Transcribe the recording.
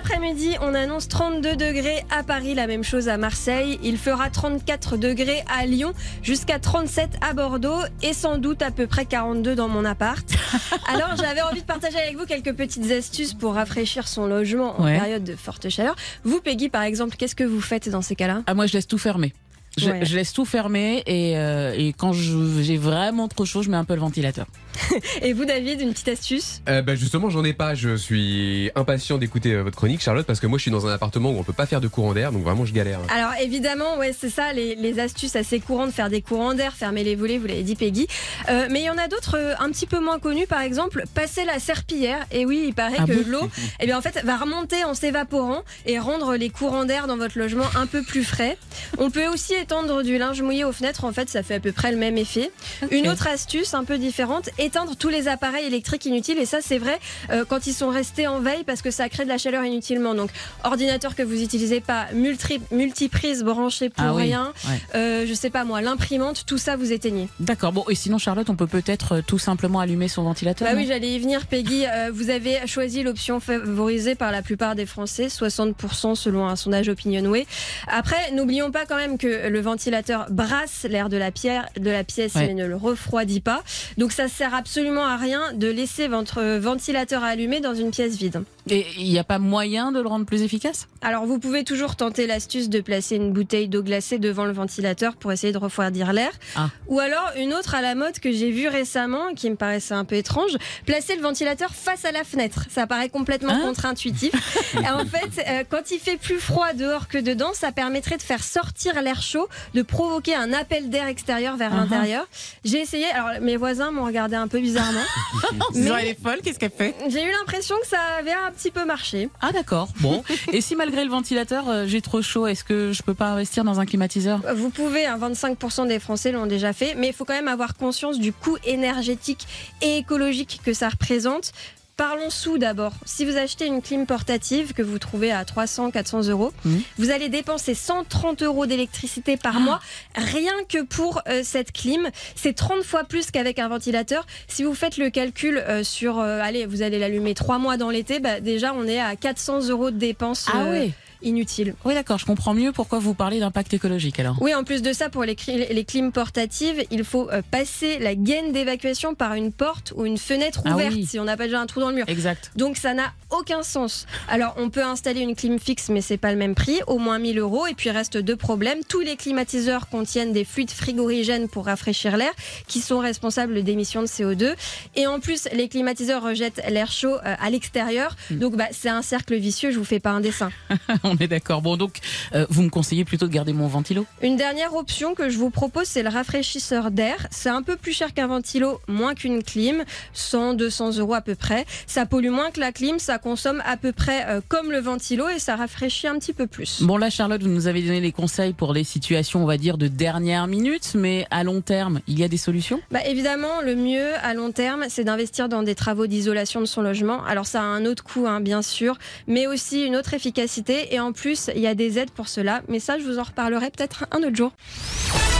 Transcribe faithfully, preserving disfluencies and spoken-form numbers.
après-midi, on annonce trente-deux degrés à Paris, la même chose à Marseille. Il fera trente-quatre degrés à Lyon, jusqu'à trente-sept à Bordeaux et sans doute à peu près quarante-deux dans mon appart. Alors j'avais envie de partager avec vous quelques petites astuces pour rafraîchir son logement en ouais. période de forte chaleur. Vous, Peggy, par exemple, qu'est-ce que vous faites dans ces cas-là ? Ah, moi, je laisse tout fermer. Je, Ouais. je laisse tout fermer et, euh, et quand je, j'ai vraiment trop chaud, je mets un peu le ventilateur. Et vous, David, une petite astuce ? Euh, bah justement, j'en ai pas. Je suis impatient d'écouter euh, votre chronique, Charlotte, parce que moi, je suis dans un appartement où on peut pas faire de courant d'air, donc vraiment, je galère. Alors évidemment, ouais, c'est ça, les, les astuces assez courantes, faire des courants d'air, fermer les volets, vous l'avez dit, Peggy. Euh, mais il y en a d'autres euh, un petit peu moins connus, par exemple, passer la serpillière. Et oui, il paraît Ah que bon l'eau, eh bien en fait, va remonter en s'évaporant et rendre les courants d'air dans votre logement un peu plus frais. On peut aussi étendre du linge mouillé aux fenêtres. En fait, ça fait à peu près le même effet. Okay. Une autre astuce, un peu différente, éteindre tous les appareils électriques inutiles. Et ça, c'est vrai euh, quand ils sont restés en veille parce que ça crée de la chaleur inutilement. Donc, ordinateur que vous n'utilisez pas, multi multiprise branchée pour ah oui. rien, ouais. euh, je sais pas moi, l'imprimante, tout ça vous éteignez. D'accord. Bon, et sinon, Charlotte, on peut peut-être tout simplement allumer son ventilateur. Bah non oui, j'allais y venir, Peggy. Euh, vous avez choisi l'option favorisée par la plupart des Français, soixante pour cent selon un sondage Opinionway. Après, n'oublions pas quand même que le ventilateur brasse l'air de la, pierre, de la pièce, ouais. mais ne le refroidit pas. Donc ça sert absolument à rien de laisser votre ventilateur allumé dans une pièce vide. Et il n'y a pas moyen de le rendre plus efficace ? Alors vous pouvez toujours tenter l'astuce de placer une bouteille d'eau glacée devant le ventilateur pour essayer de refroidir l'air. Ah. Ou alors une autre à la mode que j'ai vue récemment, qui me paraissait un peu étrange, placer le ventilateur face à la fenêtre. Ça paraît complètement hein contre-intuitif. Et en fait, euh, quand il fait plus froid dehors que dedans, ça permettrait de faire sortir l'air chaud, de provoquer un appel d'air extérieur vers uh-huh. l'intérieur. J'ai essayé, alors mes voisins m'ont regardé un peu bizarrement. mais elle est folle, qu'est-ce qu'elle fait ? J'ai eu l'impression que ça avait un petit peu marché. Ah d'accord, bon. Et si malgré le ventilateur, euh, j'ai trop chaud, est-ce que je peux pas investir dans un climatiseur ? Vous pouvez, hein, vingt-cinq pour cent des Français l'ont déjà fait, mais il faut quand même avoir conscience du coût énergétique et écologique que ça représente. Parlons sous d'abord. Si vous achetez une clim portative que vous trouvez à trois cents à quatre cents euros, mmh. vous allez dépenser cent trente euros d'électricité par ah. mois, rien que pour euh, cette clim. C'est trente fois plus qu'avec un ventilateur. Si vous faites le calcul euh, sur, euh, allez, vous allez l'allumer trois mois dans l'été, bah, déjà on est à quatre cents euros de dépenses. Ah euh, oui. Inutile. Oui, d'accord, je comprends mieux pourquoi vous parlez d'impact écologique alors. Oui, en plus de ça, pour les, les clims portatives, il faut euh, passer la gaine d'évacuation par une porte ou une fenêtre ah ouverte oui. si on n'a pas déjà un trou dans le mur. Exact. Donc ça n'a aucun sens. Alors on peut installer une clim fixe, mais c'est pas le même prix, au moins mille euros. Et puis il reste deux problèmes. Tous les climatiseurs contiennent des fluides frigorigènes pour rafraîchir l'air, qui sont responsables d'émissions de C O deux. Et en plus, les climatiseurs rejettent l'air chaud euh, à l'extérieur. Mmh. Donc bah, c'est un cercle vicieux. Je vous fais pas un dessin. On est d'accord. Bon, donc euh, vous me conseillez plutôt de garder mon ventilo ? Une dernière option que je vous propose, c'est le rafraîchisseur d'air. C'est un peu plus cher qu'un ventilo, moins qu'une clim, cent à deux cents euros à peu près. Ça pollue moins que la clim, ça consomme à peu près euh, comme le ventilo et ça rafraîchit un petit peu plus. Bon là, Charlotte, vous nous avez donné les conseils pour les situations, on va dire, de dernière minute, mais à long terme, il y a des solutions ? Bah évidemment, le mieux à long terme, c'est d'investir dans des travaux d'isolation de son logement. Alors ça a un autre coût, hein, bien sûr, mais aussi une autre efficacité et en plus, il y a des aides pour cela, mais ça je vous en reparlerai peut-être un autre jour.